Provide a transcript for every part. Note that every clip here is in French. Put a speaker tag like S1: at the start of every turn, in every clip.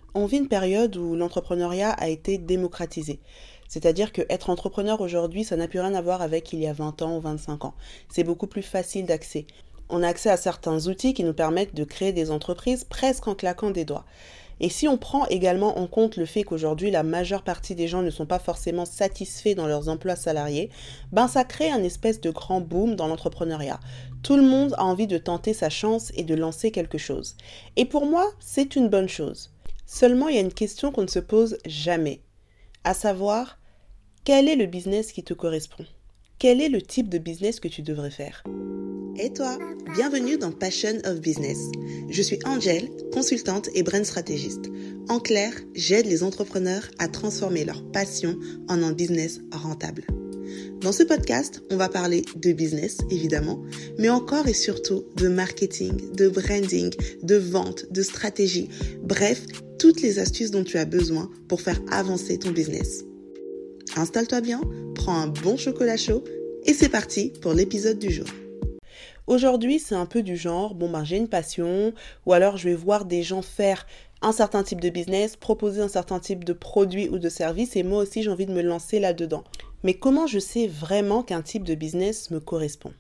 S1: On vit une période où l'entrepreneuriat a été démocratisé. C'est-à-dire qu'être entrepreneur aujourd'hui, ça n'a plus rien à voir avec il y a 20 ans ou 25 ans. C'est beaucoup plus facile d'accès. On a accès à certains outils qui nous permettent de créer des entreprises presque en claquant des doigts. Et si on prend également en compte le fait qu'aujourd'hui la majeure partie des gens ne sont pas forcément satisfaits dans leurs emplois salariés, ça crée un espèce de grand boom dans l'entrepreneuriat. Tout le monde a envie de tenter sa chance et de lancer quelque chose. Et pour moi, c'est une bonne chose. Seulement, il y a une question qu'on ne se pose jamais, à savoir, quel est le business qui te correspond? Quel est le type de business que tu devrais faire? Et toi, bienvenue dans Passion of Business. Je suis Angel, consultante et brand stratégiste. En clair, j'aide les entrepreneurs à transformer leur passion en un business rentable. Dans ce podcast, on va parler de business, évidemment, mais encore et surtout de marketing, de branding, de vente, de stratégie. Bref, toutes les astuces dont tu as besoin pour faire avancer ton business. Installe-toi bien, prends un bon chocolat chaud et c'est parti pour l'épisode du jour. Aujourd'hui, c'est un peu du genre, j'ai une passion, ou alors je vais voir des gens faire un certain type de business, proposer un certain type de produit ou de service, et moi aussi j'ai envie de me lancer là-dedans. Mais comment je sais vraiment qu'un type de business me correspond?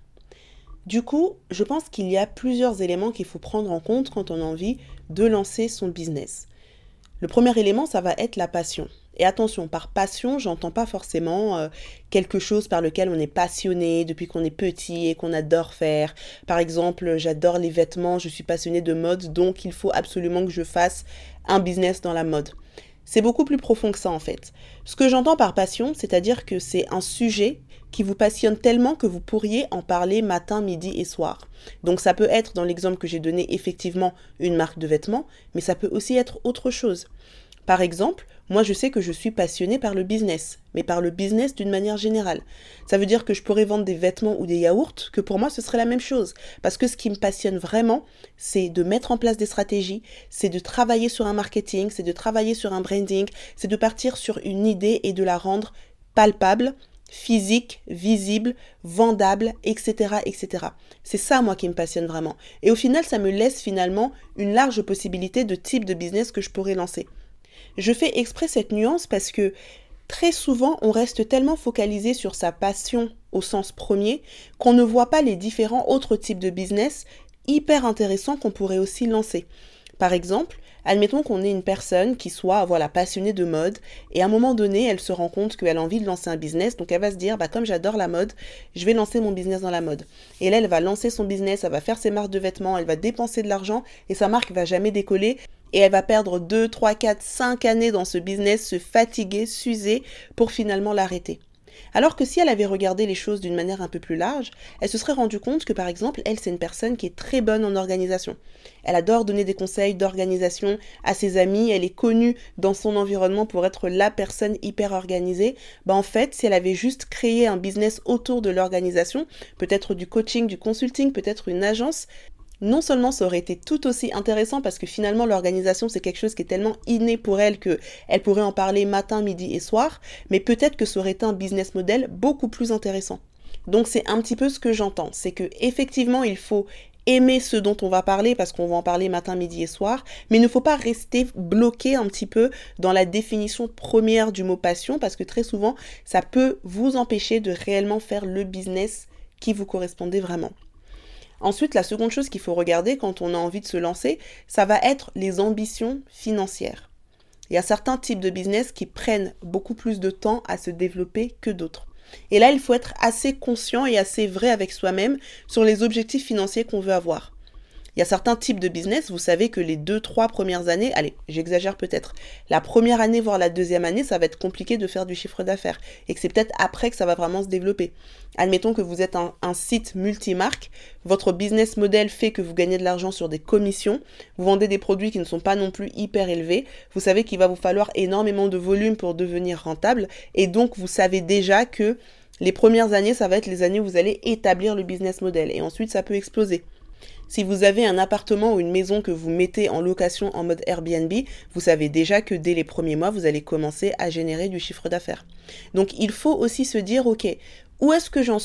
S1: Du coup, je pense qu'il y a plusieurs éléments qu'il faut prendre en compte quand on a envie de lancer son business. Le premier élément, ça va être la passion. Et attention, par passion, j'entends pas forcément quelque chose par lequel on est passionné depuis qu'on est petit et qu'on adore faire. Par exemple, j'adore les vêtements, je suis passionnée de mode, donc il faut absolument que je fasse un business dans la mode. C'est beaucoup plus profond que ça en fait. Ce que j'entends par passion, c'est-à-dire que c'est un sujet qui vous passionne tellement que vous pourriez en parler matin, midi et soir. Donc ça peut être, dans l'exemple que j'ai donné, effectivement une marque de vêtements, mais ça peut aussi être autre chose. Par exemple, moi je sais que je suis passionnée par le business, mais par le business d'une manière générale. Ça veut dire que je pourrais vendre des vêtements ou des yaourts, que pour moi ce serait la même chose. Parce que ce qui me passionne vraiment, c'est de mettre en place des stratégies, c'est de travailler sur un marketing, c'est de travailler sur un branding, c'est de partir sur une idée et de la rendre palpable, physique, visible, vendable, etc., etc. C'est ça, moi, qui me passionne vraiment. Et au final, ça me laisse finalement une large possibilité de type de business que je pourrais lancer. Je fais exprès cette nuance parce que très souvent, on reste tellement focalisé sur sa passion au sens premier qu'on ne voit pas les différents autres types de business hyper intéressants qu'on pourrait aussi lancer. Par exemple, admettons qu'on ait une personne qui soit passionnée de mode et à un moment donné, elle se rend compte qu'elle a envie de lancer un business, donc elle va se dire, comme j'adore la mode, je vais lancer mon business dans la mode. Et là, elle va lancer son business, elle va faire ses marques de vêtements, elle va dépenser de l'argent et sa marque va jamais décoller et elle va perdre 2, 3, 4, 5 années dans ce business, se fatiguer, s'user pour finalement l'arrêter. Alors que si elle avait regardé les choses d'une manière un peu plus large, elle se serait rendue compte que par exemple, elle c'est une personne qui est très bonne en organisation. Elle adore donner des conseils d'organisation à ses amis, elle est connue dans son environnement pour être la personne hyper organisée. En fait, si elle avait juste créé un business autour de l'organisation, peut-être du coaching, du consulting, peut-être une agence, non seulement ça aurait été tout aussi intéressant parce que finalement l'organisation c'est quelque chose qui est tellement inné pour elle qu'elle pourrait en parler matin, midi et soir, mais peut-être que ça aurait été un business model beaucoup plus intéressant. Donc c'est un petit peu ce que j'entends, c'est que effectivement il faut aimer ce dont on va parler parce qu'on va en parler matin, midi et soir, mais il ne faut pas rester bloqué un petit peu dans la définition première du mot passion parce que très souvent ça peut vous empêcher de réellement faire le business qui vous correspondait vraiment. Ensuite, la seconde chose qu'il faut regarder quand on a envie de se lancer, ça va être les ambitions financières. Il y a certains types de business qui prennent beaucoup plus de temps à se développer que d'autres. Et là, il faut être assez conscient et assez vrai avec soi-même sur les objectifs financiers qu'on veut avoir. Il y a certains types de business, vous savez que les 2-3 premières années, allez, j'exagère peut-être, la première année voire la deuxième année, ça va être compliqué de faire du chiffre d'affaires et que c'est peut-être après que ça va vraiment se développer. Admettons que vous êtes un site multimarque, votre business model fait que vous gagnez de l'argent sur des commissions, vous vendez des produits qui ne sont pas non plus hyper élevés, vous savez qu'il va vous falloir énormément de volume pour devenir rentable et donc vous savez déjà que les premières années, ça va être les années où vous allez établir le business model et ensuite ça peut exploser. Si vous avez un appartement ou une maison que vous mettez en location en mode Airbnb, vous savez déjà que dès les premiers mois, vous allez commencer à générer du chiffre d'affaires. Donc il faut aussi se dire, ok, où est-ce que j'en suis ?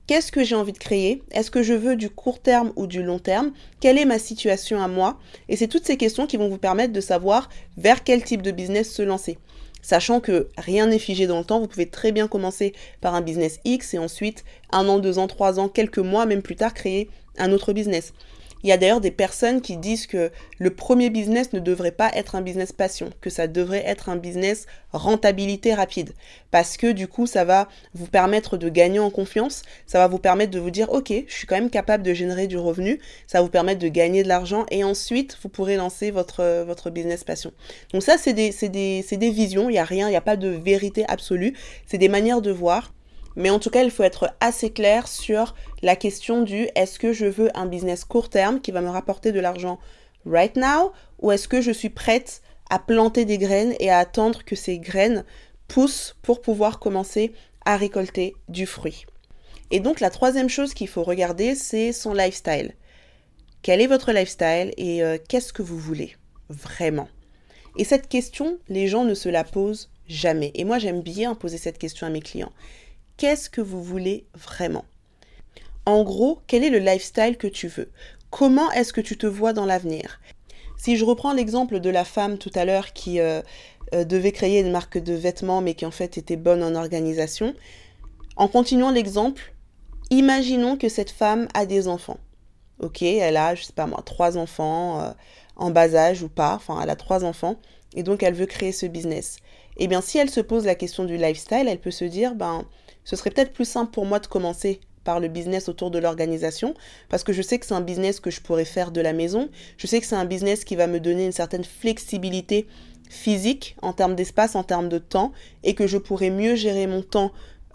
S1: Qu'est-ce que j'ai envie de créer? Est-ce que je veux du court terme ou du long terme? Quelle est ma situation à moi? Et c'est toutes ces questions qui vont vous permettre de savoir vers quel type de business se lancer. Sachant que rien n'est figé dans le temps, vous pouvez très bien commencer par un business X et ensuite, 1 an, 2 ans, 3 ans, quelques mois, même plus tard, créer un autre business. Il y a d'ailleurs des personnes qui disent que le premier business ne devrait pas être un business passion, que ça devrait être un business rentabilité rapide. Parce que du coup, ça va vous permettre de gagner en confiance, ça va vous permettre de vous dire, ok, je suis quand même capable de générer du revenu, ça va vous permettre de gagner de l'argent et ensuite, vous pourrez lancer votre business passion. Donc ça, c'est des visions, il n'y a rien, il n'y a pas de vérité absolue, c'est des manières de voir. Mais en tout cas, il faut être assez clair sur la question du est-ce que je veux un business court terme qui va me rapporter de l'argent right now ou est-ce que je suis prête à planter des graines et à attendre que ces graines poussent pour pouvoir commencer à récolter du fruit. Et donc la troisième chose qu'il faut regarder, c'est son lifestyle. Quel est votre lifestyle et qu'est-ce que vous voulez vraiment? Et cette question, les gens ne se la posent jamais. Et moi, j'aime bien poser cette question à mes clients. Qu'est-ce que vous voulez vraiment? En gros, quel est le lifestyle que tu veux? Comment est-ce que tu te vois dans l'avenir? Si je reprends l'exemple de la femme tout à l'heure qui devait créer une marque de vêtements mais qui en fait était bonne en organisation, en continuant l'exemple, imaginons que cette femme a des enfants. Ok, elle a, je sais pas moi, 3 enfants en bas âge ou pas, enfin elle a 3 enfants et donc elle veut créer ce business. Eh bien si elle se pose la question du lifestyle, elle peut se dire, ce serait peut-être plus simple pour moi de commencer par le business autour de l'organisation, parce que je sais que c'est un business que je pourrais faire de la maison, je sais que c'est un business qui va me donner une certaine flexibilité physique en termes d'espace, en termes de temps, et que je pourrais mieux gérer mon temps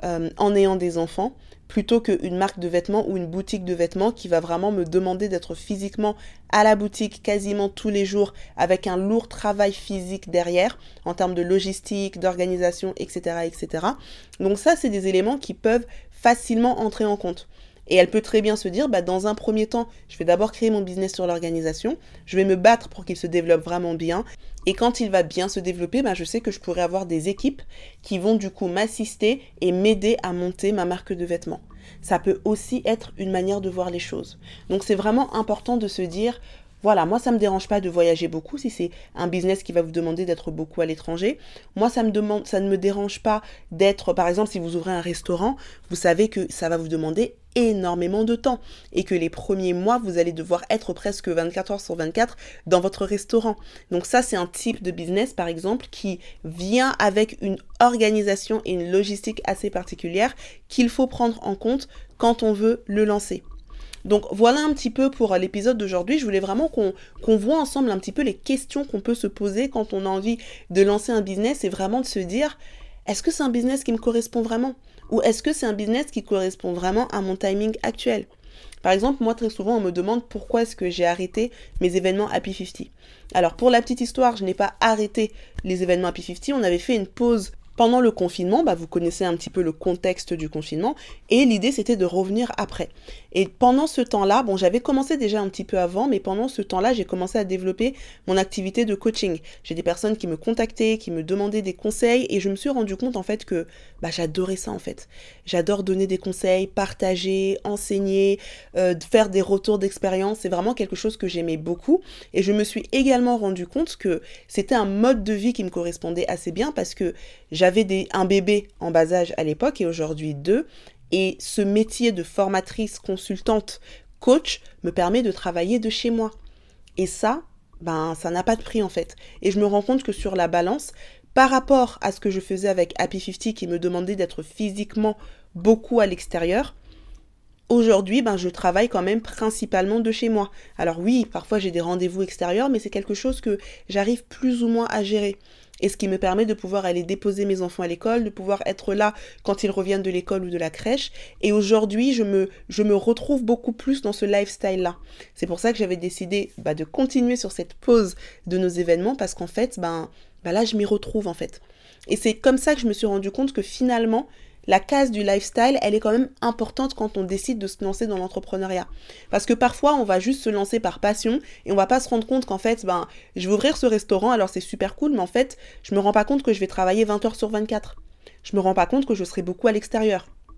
S1: en ayant des enfants, plutôt qu'une marque de vêtements ou une boutique de vêtements qui va vraiment me demander d'être physiquement à la boutique quasiment tous les jours avec un lourd travail physique derrière en termes de logistique, d'organisation, etc., etc. Donc ça, c'est des éléments qui peuvent facilement entrer en compte. Et elle peut très bien se dire, dans un premier temps, je vais d'abord créer mon business sur l'organisation, je vais me battre pour qu'il se développe vraiment bien, et quand il va bien se développer, je sais que je pourrai avoir des équipes qui vont du coup m'assister et m'aider à monter ma marque de vêtements. Ça peut aussi être une manière de voir les choses. Donc c'est vraiment important de se dire, voilà, moi ça me dérange pas de voyager beaucoup si c'est un business qui va vous demander d'être beaucoup à l'étranger. Moi ça ne me dérange pas d'être, par exemple, si vous ouvrez un restaurant, vous savez que ça va vous demander énormément de temps et que les premiers mois, vous allez devoir être presque 24 heures sur 24 dans votre restaurant. Donc ça, c'est un type de business, par exemple, qui vient avec une organisation et une logistique assez particulière qu'il faut prendre en compte quand on veut le lancer. Donc voilà un petit peu pour l'épisode d'aujourd'hui. Je voulais vraiment qu'on voit ensemble un petit peu les questions qu'on peut se poser quand on a envie de lancer un business et vraiment de se dire, est-ce que c'est un business qui me correspond vraiment? Ou est-ce que c'est un business qui correspond vraiment à mon timing actuel? Par exemple, moi très souvent on me demande pourquoi est-ce que j'ai arrêté mes événements Happy 50. Alors pour la petite histoire, je n'ai pas arrêté les événements Happy 50, on avait fait une pause pendant le confinement, vous connaissez un petit peu le contexte du confinement, et l'idée c'était de revenir après. Et pendant ce temps-là, j'avais commencé déjà un petit peu avant, mais pendant ce temps-là, j'ai commencé à développer mon activité de coaching. J'ai des personnes qui me contactaient, qui me demandaient des conseils, et je me suis rendu compte en fait que j'adorais ça en fait. J'adore donner des conseils, partager, enseigner, faire des retours d'expérience, c'est vraiment quelque chose que j'aimais beaucoup, et je me suis également rendu compte que c'était un mode de vie qui me correspondait assez bien, parce que j'avais un bébé en bas âge à l'époque et aujourd'hui 2. Et ce métier de formatrice, consultante, coach me permet de travailler de chez moi. Et ça, ça n'a pas de prix en fait. Et je me rends compte que sur la balance, par rapport à ce que je faisais avec Happy 50 qui me demandait d'être physiquement beaucoup à l'extérieur, aujourd'hui, je travaille quand même principalement de chez moi. Alors oui, parfois j'ai des rendez-vous extérieurs, mais c'est quelque chose que j'arrive plus ou moins à gérer. Et ce qui me permet de pouvoir aller déposer mes enfants à l'école, de pouvoir être là quand ils reviennent de l'école ou de la crèche. Et aujourd'hui, je me retrouve beaucoup plus dans ce lifestyle-là. C'est pour ça que j'avais décidé de continuer sur cette pause de nos événements parce qu'en fait, là, je m'y retrouve en fait. Et c'est comme ça que je me suis rendu compte que finalement, la case du lifestyle, elle est quand même importante quand on décide de se lancer dans l'entrepreneuriat. Parce que parfois, on va juste se lancer par passion et on va pas se rendre compte qu'en fait, je vais ouvrir ce restaurant, alors c'est super cool, mais en fait, je me rends pas compte que je vais travailler 20 heures sur 24. Je me rends pas compte que je serai beaucoup à l'extérieur.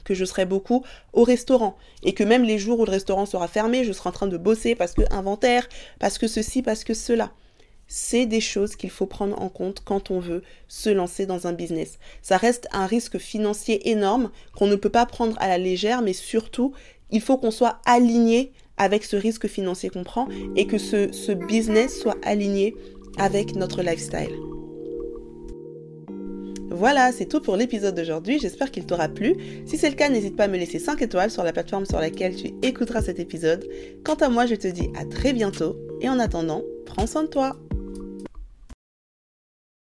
S1: que je serai beaucoup au restaurant et que même les jours où le restaurant sera fermé, je serai en train de bosser parce que inventaire, parce que ceci, parce que cela. C'est des choses qu'il faut prendre en compte quand on veut se lancer dans un business. Ça reste un risque financier énorme qu'on ne peut pas prendre à la légère, mais surtout, il faut qu'on soit aligné avec ce risque financier qu'on prend et que ce business soit aligné avec notre lifestyle. Voilà, c'est tout pour l'épisode d'aujourd'hui, j'espère qu'il t'aura plu. Si c'est le cas, n'hésite pas à me laisser 5 étoiles sur la plateforme sur laquelle tu écouteras cet épisode. Quant à moi, je te dis à très bientôt et en attendant, prends soin de toi.